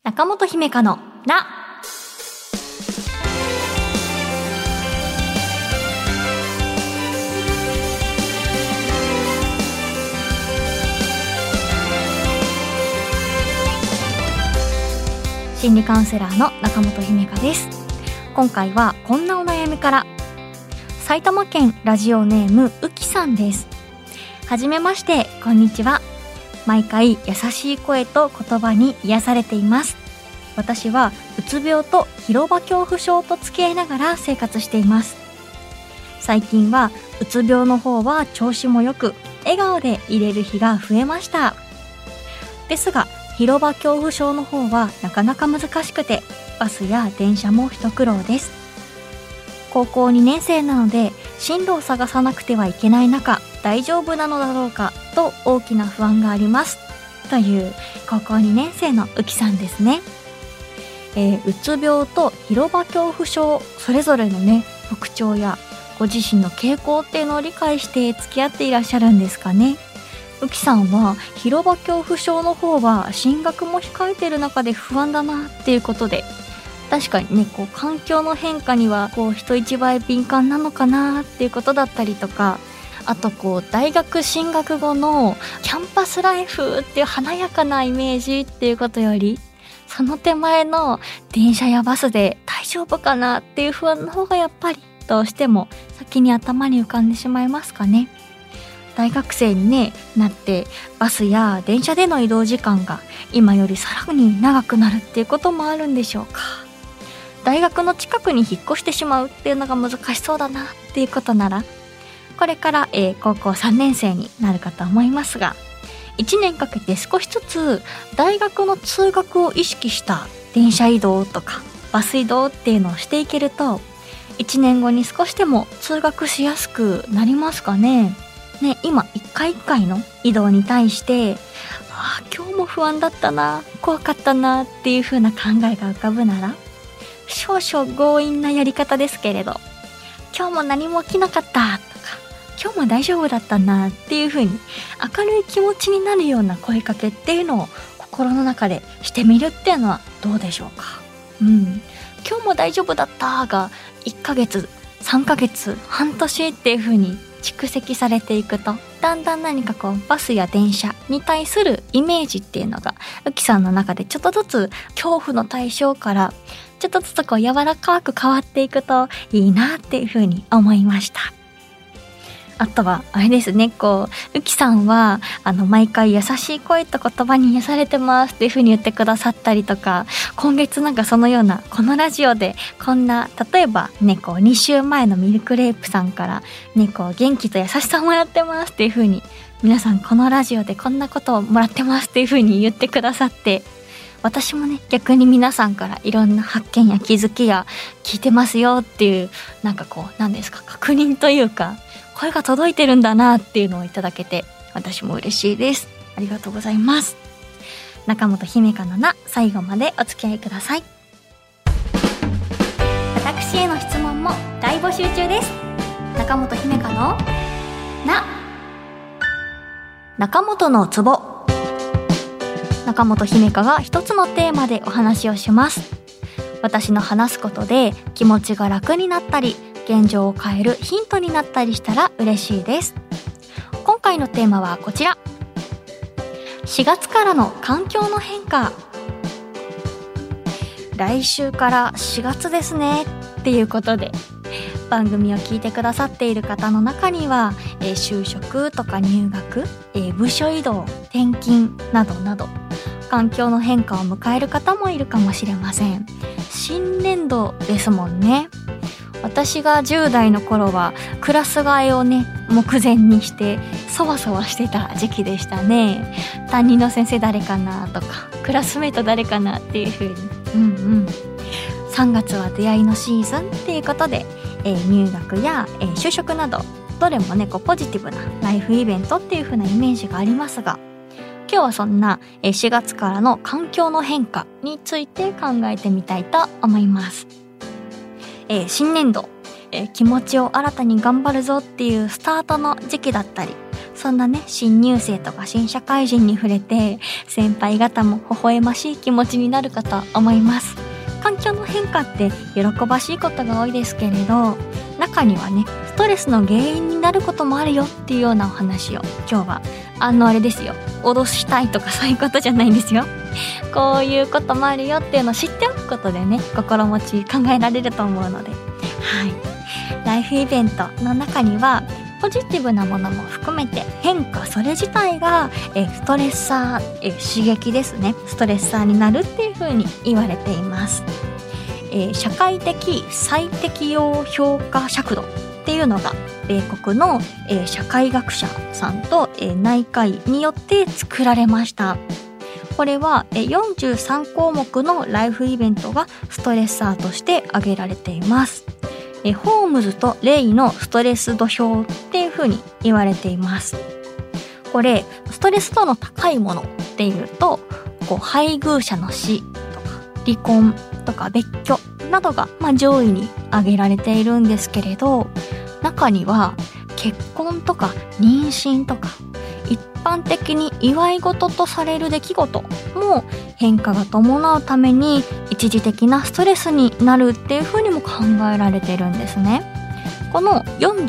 中本姫香のな。心理カウンセラーの中本姫香です。今回はこんなお悩みから。埼玉県ラジオネームうきさんです。はじめまして、こんにちは。毎回優しい声と言葉に癒されています。私はうつ病と広場恐怖症と付き合いながら生活しています。最近はうつ病の方は調子もよく笑顔でいれる日が増えました。ですが広場恐怖症の方はなかなか難しくて、バスや電車も一苦労です。高校2年生なので進路を探さなくてはいけない中、大丈夫なのだろうかと大きな不安がありますという高校2年生のうきさんですね。うつ病と広場恐怖症、それぞれのね特徴やご自身の傾向っていうのを理解して付き合っていらっしゃるんですかね。うきさんは広場恐怖症の方は進学も控えている中で不安だなっていうことで、確かにねこう環境の変化にはこう人一倍敏感なのかなっていうことだったりとか、あとこう大学進学後のキャンパスライフっていう華やかなイメージっていうことより、その手前の電車やバスで大丈夫かなっていう不安の方がやっぱりどうしても先に頭に浮かんでしまいますかね。大学生に、なってバスや電車での移動時間が今よりさらに長くなるっていうこともあるんでしょうか。大学の近くに引っ越してしまうっていうのが難しそうだなっていうことなら、これから、高校3年生になるかと思いますが、1年かけて少しずつ大学の通学を意識した電車移動とかバス移動っていうのをしていけると、1年後に少しでも通学しやすくなりますかね。今一回一回の移動に対して今日も不安だったな、怖かったなっていう風な考えが浮かぶなら、少々強引なやり方ですけれど、今日も何も起きなかったとか、今日も大丈夫だったなっていう風に明るい気持ちになるような声かけっていうのを心の中でしてみるっていうのはどうでしょうか。今日も大丈夫だったが1ヶ月3ヶ月半年っていう風に蓄積されていくと、だんだん何かこうバスや電車に対するイメージっていうのがうきさんの中でちょっとずつ恐怖の対象からちょっとずつこう柔らかく変わっていくといいなっていう風に思いました。あとはあれですね、こううきさんは毎回優しい声と言葉に癒されてますっていう風に言ってくださったりとか、今月なんかそのようなこのラジオでこんな、例えばねこう2週前のミルクレープさんからねこう元気と優しさをもらってますっていう風に、皆さんこのラジオでこんなことをもらってますっていう風に言ってくださって、私もね逆に皆さんからいろんな発見や気づきや聞いてますよっていう、なんかこう何ですか、確認というか声が届いてるんだなっていうのをいただけて、私も嬉しいです。ありがとうございます。中本姫香のな、最後までお付き合いください。私への質問も大募集中です。中本姫香のな。中本のツボ。中本姫香が一つのテーマでお話をします。私の話すことで気持ちが楽になったり、現状を変えるヒントになったりしたら嬉しいです。今回のテーマはこちら。4月からの環境の変化。来週から4月ですねっていうことで、番組を聞いてくださっている方の中には、就職とか入学、部署移動、転勤などなど環境の変化を迎える方もいるかもしれません。新年度ですもんね。私が10代の頃はクラス替えをね目前にしてそわそわしてた時期でしたね。担任の先生誰かなとか、クラスメート誰かなっていう風に、3月は出会いのシーズンっていうことで、入学や、就職などどれもねこうポジティブなライフイベントっていう風なイメージがありますが、今日はそんな4月からの環境の変化について考えてみたいと思います。新年度、気持ちを新たに頑張るぞっていうスタートの時期だったり、 そんなね、新入生とか新社会人に触れて、先輩方も微笑ましい気持ちになるかと思います。環境の変化って喜ばしいことが多いですけれど、中にはね、ストレスの原因になることもあるよっていうようなお話を今日は、あれですよ、脅したいとかそういうことじゃないんですよ。こういうこともあるよっていうのを知っておくことでね、心持ち考えられると思うので、はい。ライフイベントの中には、ポジティブなものも含めて変化それ自体がストレッサー刺激ですね。ストレッサーになるっていう風に言われています。社会的最適応評価尺度っていうのが米国の社会学者さんと内科医によって作られました。これは43項目のライフイベントがストレッサーとして挙げられています。ホームズとレイのストレス度表っていう風に言われています。これストレス度の高いものっていうと、配偶者の死とか離婚とか別居などが上位に挙げられているんですけれど、中には結婚とか妊娠とか一般的に祝い事とされる出来事も変化が伴うために一時的なストレスになるっていう風にも考えられてるんですね。この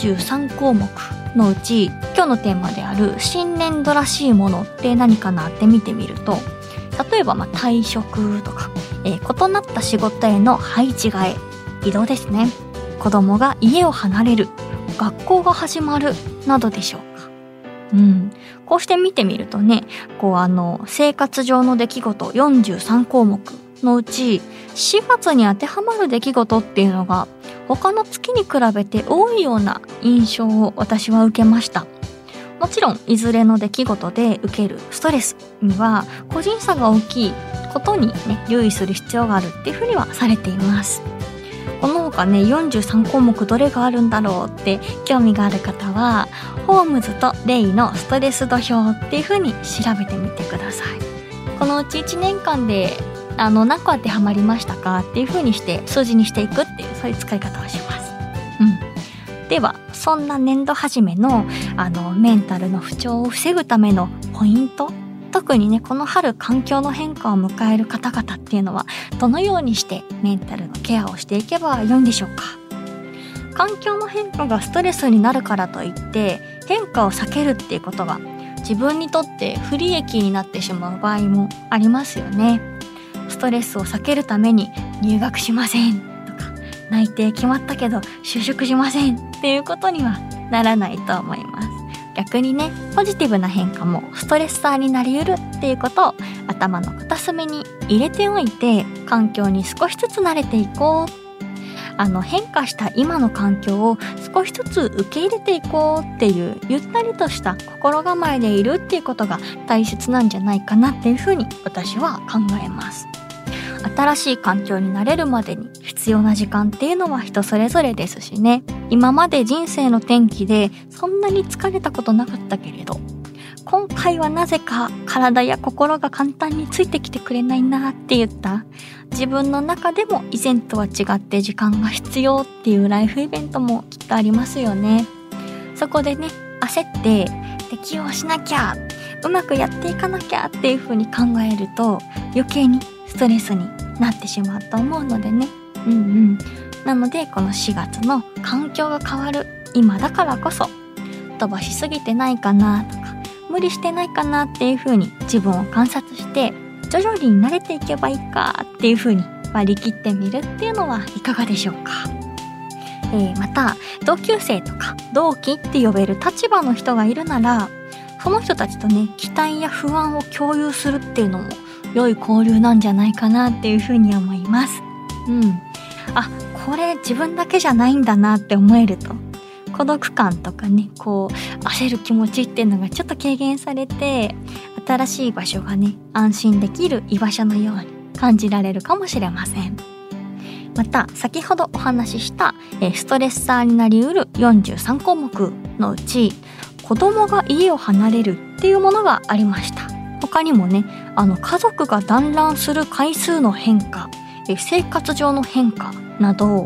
43項目のうち今日のテーマである新年度らしいものって何かなって見てみると、例えば退職とか、異なった仕事への配置換え、移動ですね。子供が家を離れる、学校が始まるなどでしょうか。こうして見てみるとね、生活上の出来事43項目のうち4月に当てはまる出来事っていうのが他の月に比べて多いような印象を私は受けました。もちろんいずれの出来事で受けるストレスには個人差が大きいことにね、留意する必要があるっていうふうにはされています。この他ね、43項目どれがあるんだろうって興味がある方は、ホームズとレイのストレス度表っていう風に調べてみてください。このうち1年間で何個当てはまりましたかっていう風にして数字にしていくっていう、そういう使い方をします。ではそんな年度始めのメンタルの不調を防ぐためのポイント、特にね、この春環境の変化を迎える方々っていうのはどのようにしてメンタルのケアをしていけば良いんでしょうか。環境の変化がストレスになるからといって変化を避けるっていうことが自分にとって不利益になってしまう場合もありますよね。ストレスを避けるために入学しませんとか、内定決まったけど就職しませんっていうことにはならないと思います。逆にね、ポジティブな変化もストレッサーになり得るっていうことを頭の片隅に入れておいて、環境に少しずつ慣れていこう。変化した今の環境を少しずつ受け入れていこうっていうゆったりとした心構えでいるっていうことが大切なんじゃないかなっていうふうに私は考えます。新しい環境に慣れるまでに必要な時間っていうのは人それぞれですしね。今まで人生の転機でそんなに疲れたことなかったけれど、今回はなぜか体や心が簡単についてきてくれないなって言った自分の中でも以前とは違って時間が必要っていうライフイベントもきっとありますよね。そこでね、焦って適応しなきゃ、うまくやっていかなきゃっていう風に考えると余計にストレスになってしまうと思うのでね。なのでこの4月の環境が変わる今だからこそ、飛ばしすぎてないかなとか無理してないかなっていう風に自分を観察して徐々に慣れていけばいいかっていう風に割り切ってみるっていうのはいかがでしょうか。また同級生とか同期って呼べる立場の人がいるなら、その人たちとね、期待や不安を共有するっていうのも良い交流なんじゃないかなっていう風に思います。これ自分だけじゃないんだなって思えると、孤独感とかね、焦る気持ちっていうのがちょっと軽減されて、新しい場所がね、安心できる居場所のように感じられるかもしれません。また先ほどお話ししたストレッサーになりうる43項目のうち、子供が家を離れるっていうものがありました。他にもね、家族が団らんする回数の変化、生活上の変化など、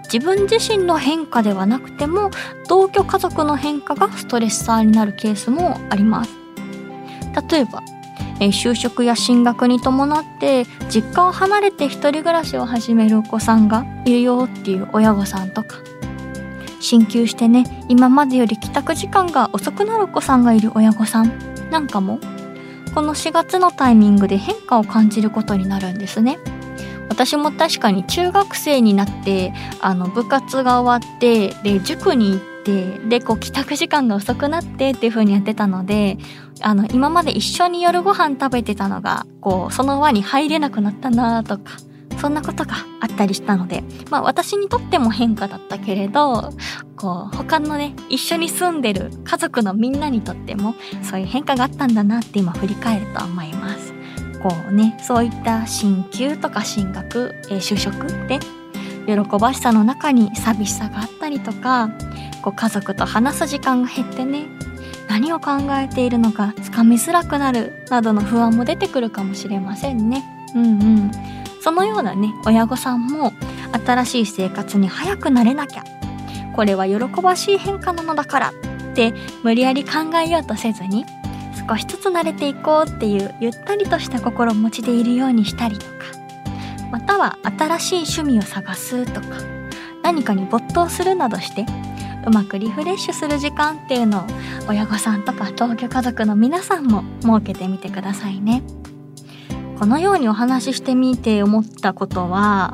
自分自身の変化ではなくても同居家族の変化がストレッサーになるケースもあります。例えば就職や進学に伴って実家を離れて一人暮らしを始めるお子さんがいるよっていう親御さんとか、進級してね今までより帰宅時間が遅くなるお子さんがいる親御さんなんかもこの4月のタイミングで変化を感じることになるんですね。私も確かに中学生になって部活が終わってで塾に行ってで帰宅時間が遅くなってっていう風にやってたので今まで一緒に夜ご飯食べてたのがその輪に入れなくなったなとかそんなことがあったりしたので、私にとっても変化だったけれど他のね一緒に住んでる家族のみんなにとってもそういう変化があったんだなって今振り返ると思います。そういった進級とか進学、就職で喜ばしさの中に寂しさがあったりとか家族と話す時間が減ってね何を考えているのかつかみづらくなるなどの不安も出てくるかもしれませんね。そのようなね親御さんも新しい生活に早く慣れなきゃこれは喜ばしい変化なのだからって無理やり考えようとせずに少しずつ慣れていこうっていうゆったりとした心持ちでいるようにしたりとか、または新しい趣味を探すとか何かに没頭するなどしてうまくリフレッシュする時間っていうのを親御さんとか同居家族の皆さんも設けてみてくださいね。このようにお話ししてみて思ったことは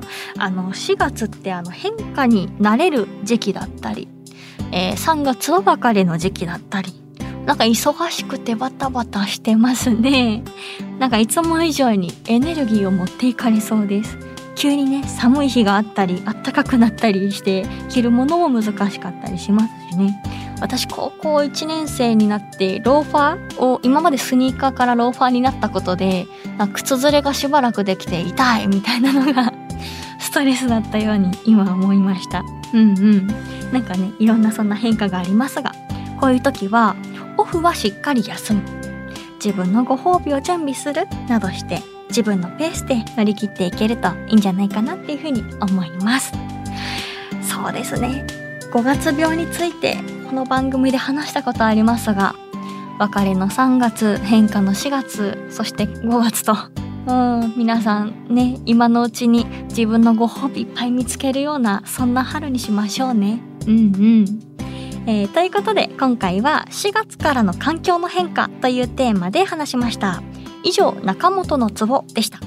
4月って変化に慣れる時期だったり、3月は別れの時期だったりなんか忙しくてバタバタしてますね。なんかいつも以上にエネルギーを持っていかれそうです。急にね寒い日があったり暖かくなったりして着るものも難しかったりしますしね。私高校1年生になってローファーを今までスニーカーからローファーになったことで靴ずれがしばらくできて痛いみたいなのがストレスだったように今思いました。なんかねいろんなそんな変化がありますがこういう時はオフはしっかり休む自分のご褒美を準備するなどして自分のペースで乗り切っていけるといいんじゃないかなっていうふうに思います。そうですね5月病についてこの番組で話したことありますが別れの3月変化の4月そして5月と皆さんね今のうちに自分のご褒美いっぱい見つけるようなそんな春にしましょうね。ということで今回は4月からの環境の変化というテーマで話しました。以上中本のツボでした。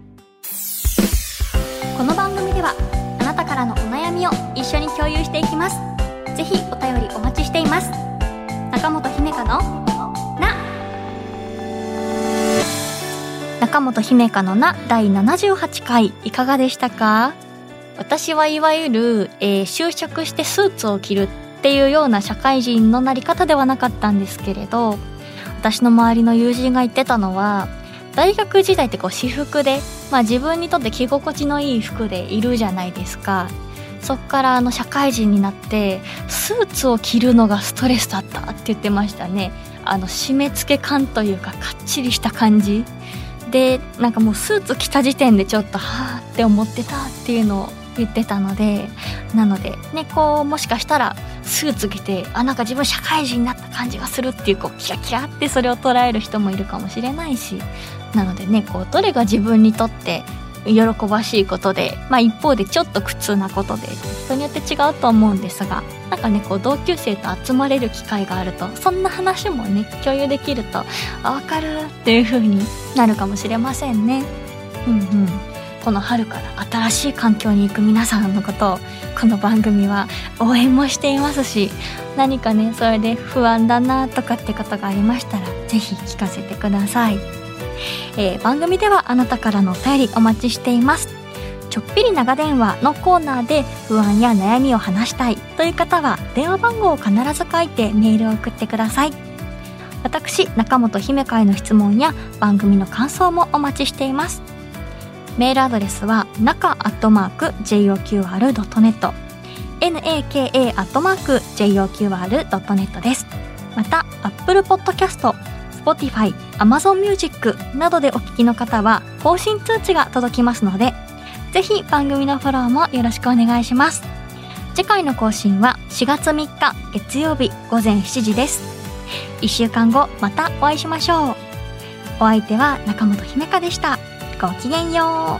この番組ではあなたからのお悩みを一緒に共有していきます。ぜひお便りお待ちしています。中本姫香のな中本姫香のな第78回いかがでしたか？私はいわゆる、就職してスーツを着るっていうような社会人のなり方ではなかったんですけれど私の周りの友人が言ってたのは大学時代って私服で、自分にとって着心地のいい服でいるじゃないですか。そっから社会人になってスーツを着るのがストレスだったって言ってましたね。締め付け感というかかっちりした感じでなんかもうスーツ着た時点でちょっとはーって思ってたっていうのを言ってたのでなのでねもしかしたらスーツ着てなんか自分社会人になった感じがするっていうキラキラってそれを捉える人もいるかもしれないしなのでねどれが自分にとって喜ばしいことで一方でちょっと苦痛なことで人によって違うと思うんですがなんかね同級生と集まれる機会があるとそんな話もね共有できるとわかるっていう風になるかもしれませんね。この春から新しい環境に行く皆さんのことをこの番組は応援もしていますし何かねそれで不安だなとかってことがありましたらぜひ聞かせてください。番組ではあなたからのお便りお待ちしています。ちょっぴり長電話のコーナーで不安や悩みを話したいという方は電話番号を必ず書いてメールを送ってください。私中本姫香への質問や番組の感想もお待ちしています。メールアドレスはnaka@joqr.net naka@joqr.net です。また Apple Podcast、Spotify、Amazon Music などでお聞きの方は更新通知が届きますのでぜひ番組のフォローもよろしくお願いします。 次回の更新は4月3日月曜日午前7時です。1週間後またお会いしましょう。お相手は中本姫香でした。ごきげんよ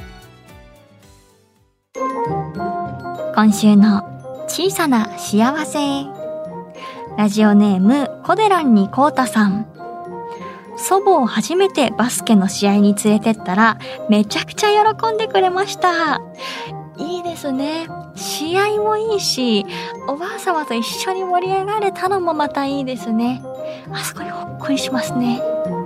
う。今週の小さな幸せ。ラジオネームコデランにコウタさん。祖母を初めてバスケの試合に連れてったらめちゃくちゃ喜んでくれました。いいですね。試合もいいし、おばあ様と一緒に盛り上がれたのもまたいいですね。あそこにほっこりしますね。